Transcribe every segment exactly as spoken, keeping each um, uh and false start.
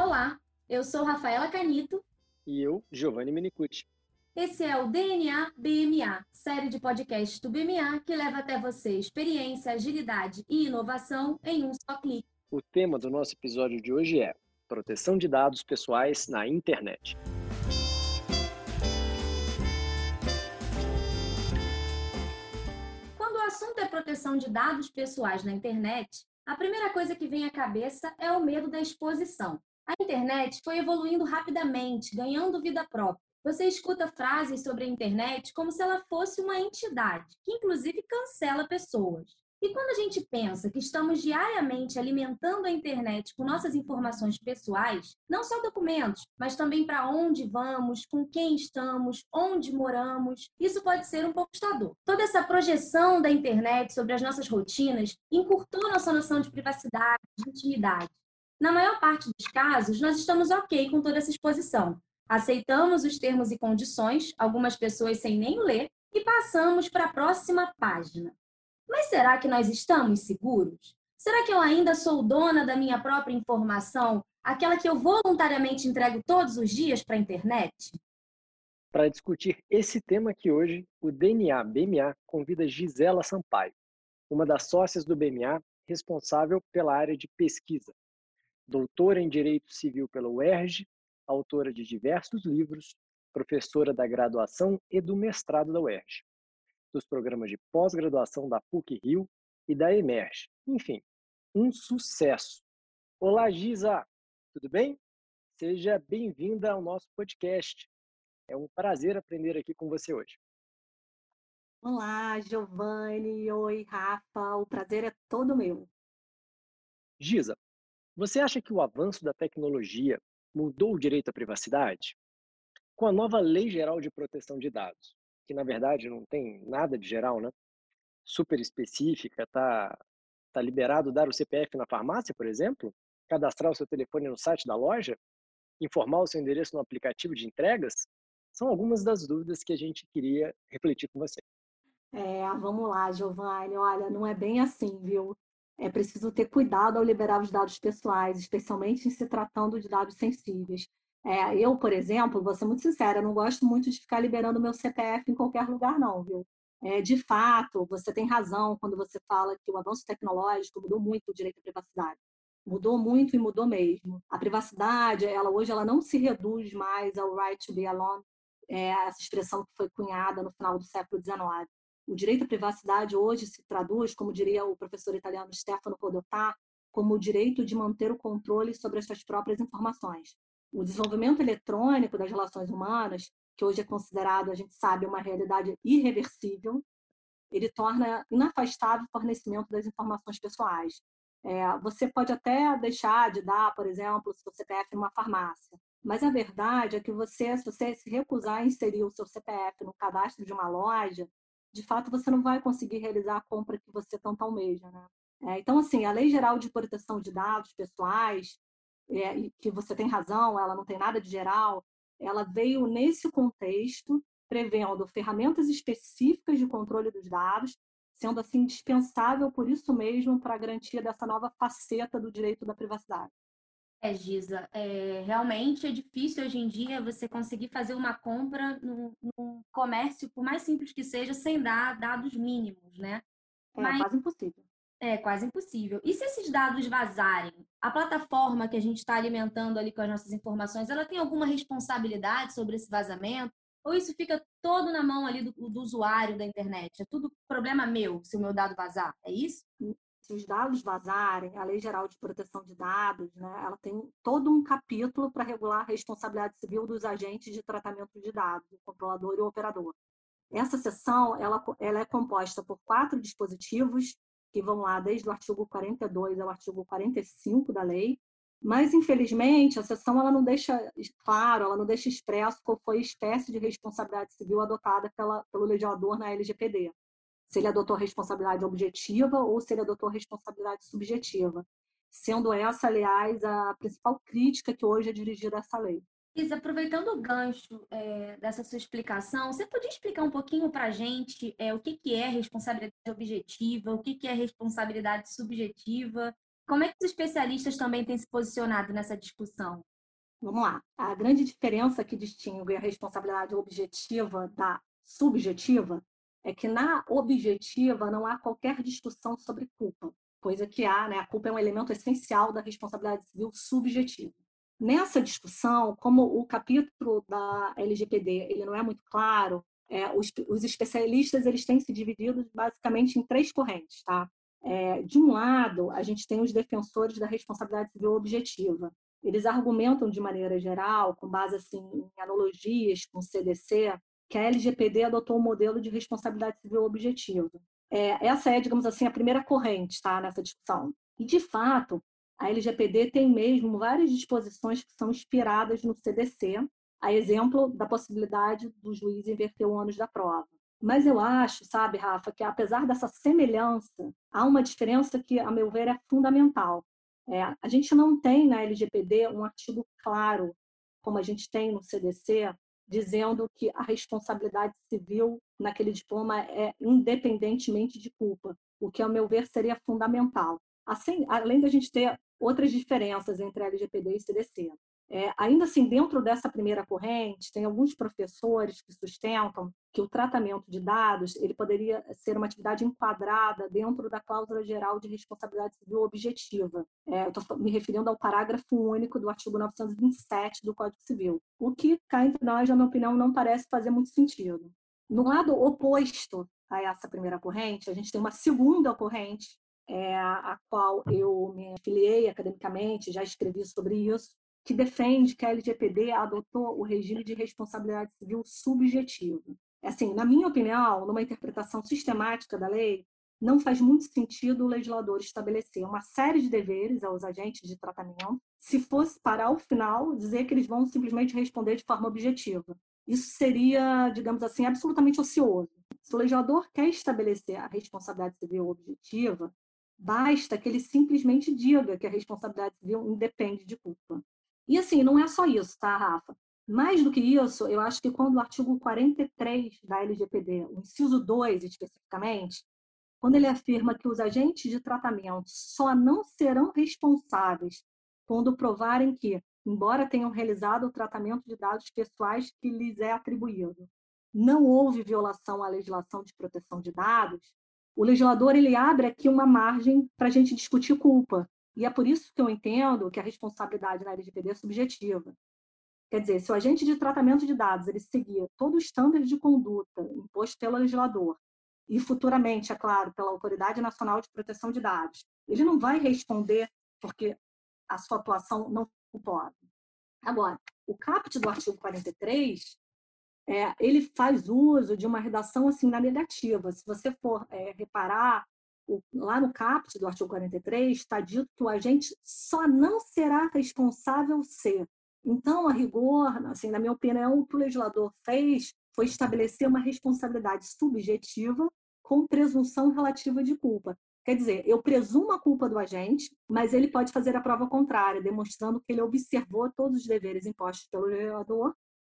Olá, eu sou Rafaela Canito. E eu, Giovanni Minicucci. Esse é o D N A B M A, série de podcasts do B M A que leva até você experiência, agilidade e inovação em um só clique. O tema do nosso episódio de hoje é proteção de dados pessoais na internet. Quando o assunto é proteção de dados pessoais na internet, a primeira coisa que vem à cabeça é o medo da exposição. A internet foi evoluindo rapidamente, ganhando vida própria. Você escuta frases sobre a internet como se ela fosse uma entidade, que inclusive cancela pessoas. E quando a gente pensa que estamos diariamente alimentando a internet com nossas informações pessoais, não só documentos, mas também para onde vamos, com quem estamos, onde moramos, isso pode ser um pouco assustador. Toda essa projeção da internet sobre as nossas rotinas encurtou nossa noção de privacidade, de intimidade. Na maior parte dos casos, nós estamos ok com toda essa exposição. Aceitamos os termos e condições, algumas pessoas sem nem ler, e passamos para a próxima página. Mas será que nós estamos seguros? Será que eu ainda sou dona da minha própria informação, aquela que eu voluntariamente entrego todos os dias para a internet? Para discutir esse tema aqui hoje, o D N A B M A convida Gisela Sampaio, uma das sócias do B M A responsável pela área de pesquisa. Doutora em Direito Civil pela U E R J, autora de diversos livros, professora da graduação e do mestrado da U E R J, dos programas de pós-graduação da PUC-Rio e da Emerge. Enfim, um sucesso. Olá, Gisa, tudo bem? Seja bem-vinda ao nosso podcast. É um prazer aprender aqui com você hoje. Olá, Giovanni. Oi, Rafa. O prazer é todo meu. Gisa, você acha que o avanço da tecnologia mudou o direito à privacidade? Com a nova Lei Geral de Proteção de Dados, que na verdade não tem nada de geral, né? Super específica, tá, tá liberado dar o C P F na farmácia, por exemplo? Cadastrar o seu telefone no site da loja? Informar o seu endereço no aplicativo de entregas? São algumas das dúvidas que a gente queria refletir com você. É, vamos lá, Giovanni. Olha, não é bem assim, viu? É preciso ter cuidado ao liberar os dados pessoais, especialmente em se tratando de dados sensíveis. É, eu, por exemplo, vou ser muito sincera, eu não gosto muito de ficar liberando meu C P F em qualquer lugar, não, viu? É, de fato, você tem razão quando você fala que o avanço tecnológico mudou muito o direito à privacidade. Mudou muito e mudou mesmo. A privacidade, ela hoje, ela não se reduz mais ao right to be alone, é, essa expressão que foi cunhada no final do século dezenove. O direito à privacidade hoje se traduz, como diria o professor italiano Stefano Rodotà, como o direito de manter o controle sobre as suas próprias informações. O desenvolvimento eletrônico das relações humanas, que hoje é considerado, a gente sabe, uma realidade irreversível, ele torna inafastável o fornecimento das informações pessoais. É, você pode até deixar de dar, por exemplo, o seu C P F numa farmácia, mas a verdade é que você, se você se recusar a inserir o seu C P F no cadastro de uma loja, de fato você não vai conseguir realizar a compra que você tanto almeja, né? É, então, assim, a Lei Geral de Proteção de Dados Pessoais, é, e que você tem razão, ela não tem nada de geral, ela veio nesse contexto, prevendo ferramentas específicas de controle dos dados, sendo assim indispensável por isso mesmo para a garantia dessa nova faceta do direito da privacidade. É, Gisa, é, realmente é difícil hoje em dia você conseguir fazer uma compra num, num comércio, por mais simples que seja, sem dar dados mínimos, né? É Mas quase impossível. é quase impossível. E se esses dados vazarem? A plataforma que a gente está alimentando ali com as nossas informações, ela tem alguma responsabilidade sobre esse vazamento? Ou isso fica todo na mão ali do, do usuário da internet? É tudo problema meu se o meu dado vazar? É isso? Se os dados vazarem, a Lei Geral de Proteção de Dados, né, ela tem todo um capítulo para regular a responsabilidade civil dos agentes de tratamento de dados, o controlador e o operador. Essa seção ela, ela é composta por quatro dispositivos que vão lá desde o artigo quarenta e dois ao artigo quarenta e cinco da lei, mas, infelizmente, a seção ela não deixa claro, ela não deixa expresso qual foi a espécie de responsabilidade civil adotada pela, pelo legislador na L G P D. Se ele adotou responsabilidade objetiva ou se ele adotou responsabilidade subjetiva. Sendo essa, aliás, a principal crítica que hoje é dirigida a essa lei. Isa, aproveitando o gancho é, dessa sua explicação, você podia explicar um pouquinho para a gente é, o que, que é responsabilidade objetiva, o que, que é responsabilidade subjetiva? Como é que os especialistas também têm se posicionado nessa discussão? Vamos lá. A grande diferença que distingue a responsabilidade objetiva da subjetiva é que na objetiva não há qualquer discussão sobre culpa, coisa que há, né? A culpa é um elemento essencial da responsabilidade civil subjetiva. Nessa discussão, como o capítulo da L G P D ele não é muito claro, é, os, os especialistas eles têm se dividido basicamente em três correntes, tá? É, de um lado, a gente tem os defensores da responsabilidade civil objetiva. Eles argumentam de maneira geral, com base assim, em analogias com o C D C, que a L G P D adotou um modelo de responsabilidade civil objetiva. É, essa é, digamos assim, a primeira corrente, tá, nessa discussão. E, de fato, a L G P D tem mesmo várias disposições que são inspiradas no C D C, a exemplo da possibilidade do juiz inverter o ônus da prova. Mas eu acho, sabe, Rafa, que apesar dessa semelhança, há uma diferença que, a meu ver, é fundamental. É, a gente não tem na L G P D um artigo claro, como a gente tem no C D C, dizendo que a responsabilidade civil naquele diploma é independentemente de culpa, o que, ao meu ver, seria fundamental. Assim, além da gente ter outras diferenças entre a L G P D e C D C. É, ainda assim, dentro dessa primeira corrente, tem alguns professores que sustentam que o tratamento de dados ele poderia ser uma atividade enquadrada dentro da cláusula geral de responsabilidade civil objetiva. É, eu estou me referindo ao parágrafo único do artigo novecentos e vinte e sete do Código Civil, o que, cá entre nós, na minha opinião, não parece fazer muito sentido. No lado oposto a essa primeira corrente, a gente tem uma segunda corrente, é, a qual eu me afiliei academicamente, já escrevi sobre isso, que defende que a L G P D adotou o regime de responsabilidade civil subjetiva. Assim, na minha opinião, numa interpretação sistemática da lei, não faz muito sentido o legislador estabelecer uma série de deveres aos agentes de tratamento, se fosse para, ao final, dizer que eles vão simplesmente responder de forma objetiva. Isso seria, digamos assim, absolutamente ocioso. Se o legislador quer estabelecer a responsabilidade civil objetiva, basta que ele simplesmente diga que a responsabilidade civil independe de culpa. E assim, não é só isso, tá, Rafa? Mais do que isso, eu acho que quando o artigo quarenta e três da L G P D, o inciso dois especificamente, quando ele afirma que os agentes de tratamento só não serão responsáveis quando provarem que, embora tenham realizado o tratamento de dados pessoais que lhes é atribuído, não houve violação à legislação de proteção de dados, o legislador ele abre aqui uma margem para a gente discutir culpa. E é por isso que eu entendo que a responsabilidade na L G P D é subjetiva. Quer dizer, se o agente de tratamento de dados ele seguir todo o estándar de conduta imposto pelo legislador e futuramente, é claro, pela Autoridade Nacional de Proteção de Dados, ele não vai responder porque a sua atuação não pode. Agora, o caput do artigo quarenta e três, é, ele faz uso de uma redação assim na negativa. Se você for é, reparar, o, lá no caput do artigo quarenta e três está dito que o agente só não será responsável se. Então, a rigor, assim, na minha opinião, o que o legislador fez foi estabelecer uma responsabilidade subjetiva com presunção relativa de culpa. Quer dizer, eu presumo a culpa do agente, mas ele pode fazer a prova contrária, demonstrando que ele observou todos os deveres impostos pelo legislador,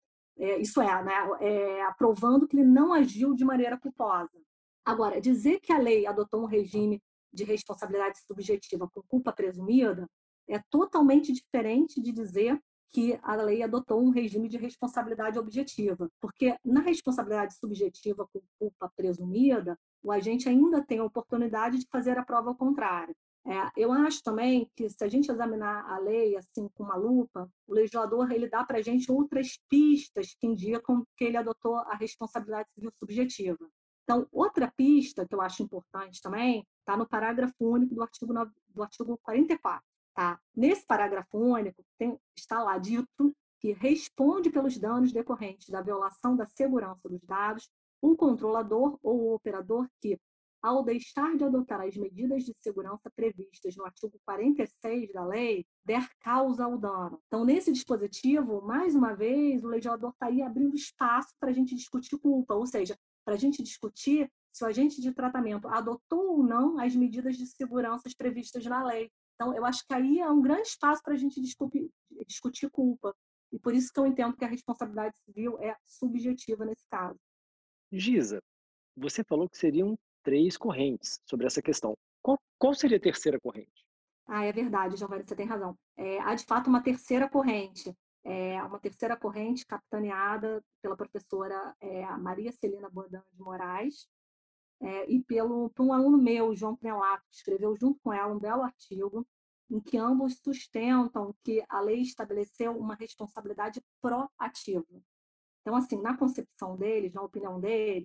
é, isso é, né, é, aprovando que ele não agiu de maneira culposa. Agora, dizer que a lei adotou um regime de responsabilidade subjetiva com culpa presumida é totalmente diferente de dizer que a lei adotou um regime de responsabilidade objetiva, porque na responsabilidade subjetiva com culpa presumida, o agente ainda tem a oportunidade de fazer a prova ao contrário. É, eu acho também que, se a gente examinar a lei assim com uma lupa, o legislador ele dá para a gente outras pistas que indicam que ele adotou a responsabilidade civil subjetiva. Então, outra pista que eu acho importante também está no parágrafo único do artigo, do artigo quarenta e quatro. Tá? Nesse parágrafo único, tem, está lá dito que responde pelos danos decorrentes da violação da segurança dos dados o controlador ou o operador que, ao deixar de adotar as medidas de segurança previstas no artigo quarenta e seis da lei, der causa ao dano. Então, nesse dispositivo, mais uma vez, o legislador está aí abrindo espaço para a gente discutir culpa, ou seja, para a gente discutir se o agente de tratamento adotou ou não as medidas de segurança previstas na lei. Então, eu acho que aí é um grande espaço para a gente discutir, discutir culpa. E por isso que eu entendo que a responsabilidade civil é subjetiva nesse caso. Gisa, você falou que seriam três correntes sobre essa questão. Qual, qual seria a terceira corrente? Ah, é verdade, Giovanni, você tem razão. É, há, de fato, uma terceira corrente, é uma terceira corrente capitaneada pela professora é, Maria Celina Bodan de Moraes, é, e pelo, por um aluno meu, João Prelato, que escreveu junto com ela um belo artigo, em que ambos sustentam que a lei estabeleceu uma responsabilidade proativa. Então, assim, na concepção deles, na opinião deles,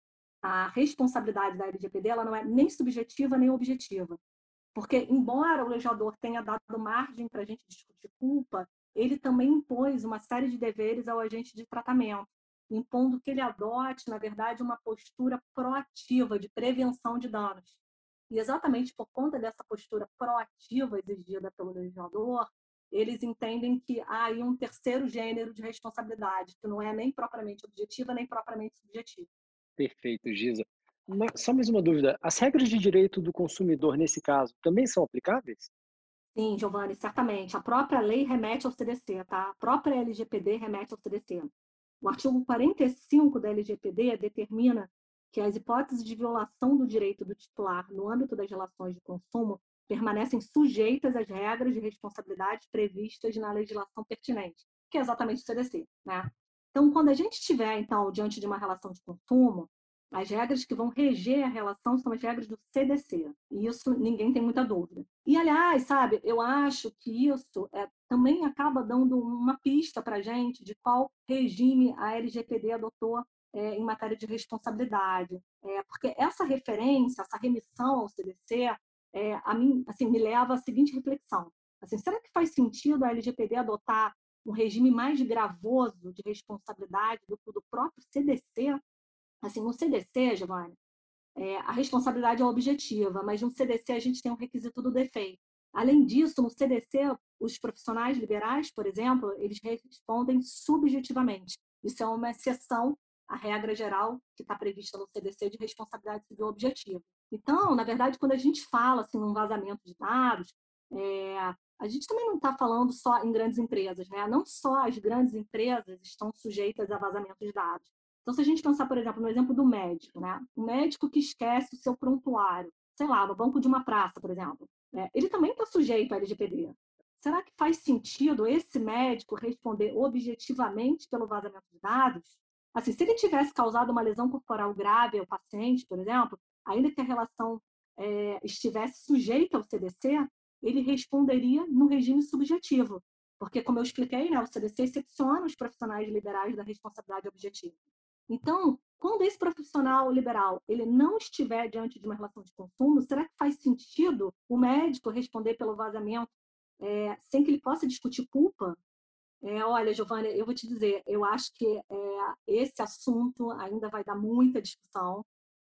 a responsabilidade da L G P D ela não é nem subjetiva nem objetiva. Porque, embora o legislador tenha dado margem para a gente discutir culpa, ele também impôs uma série de deveres ao agente de tratamento, impondo que ele adote, na verdade, uma postura proativa de prevenção de danos. E exatamente por conta dessa postura proativa exigida pelo legislador, eles entendem que há aí um terceiro gênero de responsabilidade, que não é nem propriamente objetiva, nem propriamente subjetiva. Perfeito, Giza. Uma- só mais uma dúvida. As regras de direito do consumidor, nesse caso, também são aplicáveis? Sim, Giovanni, certamente. A própria lei remete ao C D C, tá? A própria L G P D remete ao C D C. O artigo quarenta e cinco da L G P D determina que as hipóteses de violação do direito do titular no âmbito das relações de consumo permanecem sujeitas às regras de responsabilidade previstas na legislação pertinente, que é exatamente o C D C, né? Então, quando a gente estiver, então, diante de uma relação de consumo, as regras que vão reger a relação são as regras do C D C, e isso ninguém tem muita dúvida. E, aliás, sabe, eu acho que isso é, também acaba dando uma pista para a gente de qual regime a L G P D adotou é, em matéria de responsabilidade. É, porque essa referência, essa remissão ao C D C, é, a mim, assim, me leva à seguinte reflexão. Assim, será que faz sentido a L G P D adotar um regime mais gravoso de responsabilidade do que o do próprio C D C? Assim, no C D C, Giovanni, é, a responsabilidade é objetiva, mas no C D C a gente tem um requisito do defeito. Além disso, no C D C, os profissionais liberais, por exemplo, eles respondem subjetivamente. Isso é uma exceção à regra geral que está prevista no C D C de responsabilidade civil objetiva. Então, na verdade, quando a gente fala assim, num vazamento de dados, é, a gente também não está falando só em grandes empresas, né? Não só as grandes empresas estão sujeitas a vazamento de dados. Então, se a gente pensar, por exemplo, no exemplo do médico, né? O médico que esquece o seu prontuário, sei lá, no banco de uma praça, por exemplo, né? Ele também está sujeito à L G P D. Será que faz sentido esse médico responder objetivamente pelo vazamento de dados? Assim, se ele tivesse causado uma lesão corporal grave ao paciente, por exemplo, ainda que a relação é, estivesse sujeita ao C D C, ele responderia no regime subjetivo, porque, como eu expliquei, né, o C D C excepciona os profissionais liberais da responsabilidade objetiva. Então, quando esse profissional liberal ele não estiver diante de uma relação de consumo, será que faz sentido o médico responder pelo vazamento é, sem que ele possa discutir culpa? É, olha, Giovanna, eu vou te dizer, eu acho que é, esse assunto ainda vai dar muita discussão.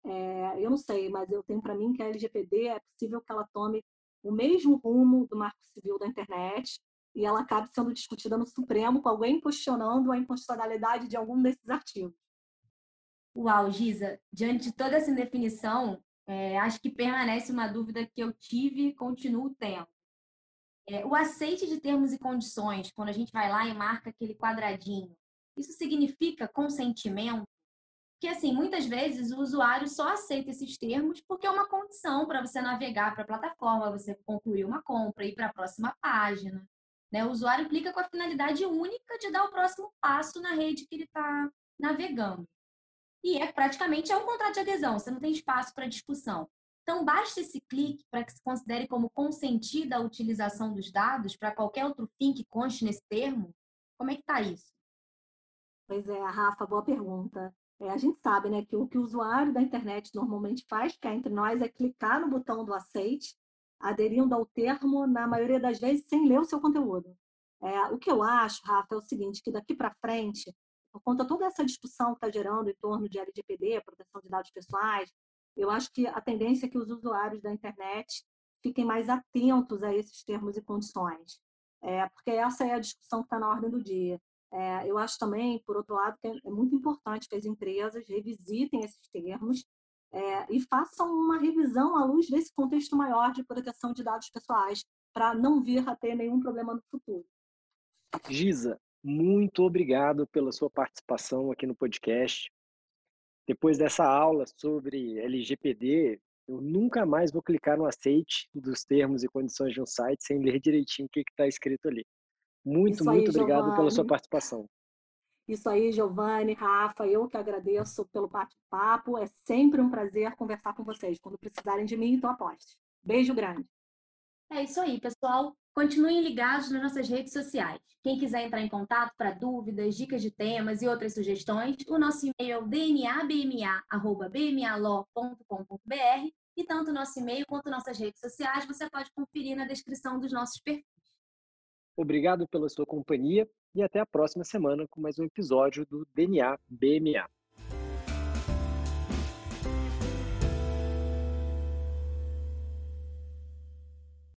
É, eu não sei, mas eu tenho para mim que a L G P D é possível que ela tome o mesmo rumo do Marco Civil da internet e ela acabe sendo discutida no Supremo com alguém questionando a inconstitucionalidade de algum desses artigos. Uau, Giza, diante de toda essa indefinição, é, acho que permanece uma dúvida que eu tive e continuo tendo. É, o aceite de termos e condições, quando a gente vai lá e marca aquele quadradinho, isso significa consentimento? Porque, assim, muitas vezes o usuário só aceita esses termos porque é uma condição para você navegar para a plataforma, você concluir uma compra, ir para a próxima página. Né? O usuário clica com a finalidade única de dar o próximo passo na rede que ele está navegando. E é praticamente é um contrato de adesão, você não tem espaço para discussão. Então, basta esse clique para que se considere como consentida a utilização dos dados para qualquer outro fim que conste nesse termo? Como é que está isso? Pois é, Rafa, boa pergunta. É, a gente sabe, né, que o que o usuário da internet normalmente faz, que é entre nós, é clicar no botão do aceite, aderindo ao termo, na maioria das vezes, sem ler o seu conteúdo. É, o que eu acho, Rafa, é o seguinte, que daqui para frente, por conta de toda essa discussão que está gerando em torno de L G P D, proteção de dados pessoais, eu acho que a tendência é que os usuários da internet fiquem mais atentos a esses termos e condições. É, porque essa é a discussão que está na ordem do dia. É, eu acho também, por outro lado, que é muito importante que as empresas revisitem esses termos é, e façam uma revisão à luz desse contexto maior de proteção de dados pessoais, para não vir a ter nenhum problema no futuro. Giza, muito obrigado pela sua participação aqui no podcast. Depois dessa aula sobre L G P D, eu nunca mais vou clicar no aceite dos termos e condições de um site sem ler direitinho o que está escrito ali. Muito, Isso aí, muito obrigado pela sua Giovanni. participação. Isso aí, Giovanni, Rafa, eu que agradeço pelo bate-papo. É sempre um prazer conversar com vocês. Quando precisarem de mim, então aposte. Beijo grande. É isso aí, pessoal. Continuem ligados nas nossas redes sociais. Quem quiser entrar em contato para dúvidas, dicas de temas e outras sugestões, o nosso e-mail é o d n a b m a arroba b m a law ponto com ponto b r e tanto o nosso e-mail quanto nossas redes sociais você pode conferir na descrição dos nossos perfis. Obrigado pela sua companhia e até a próxima semana com mais um episódio do D N A B M A.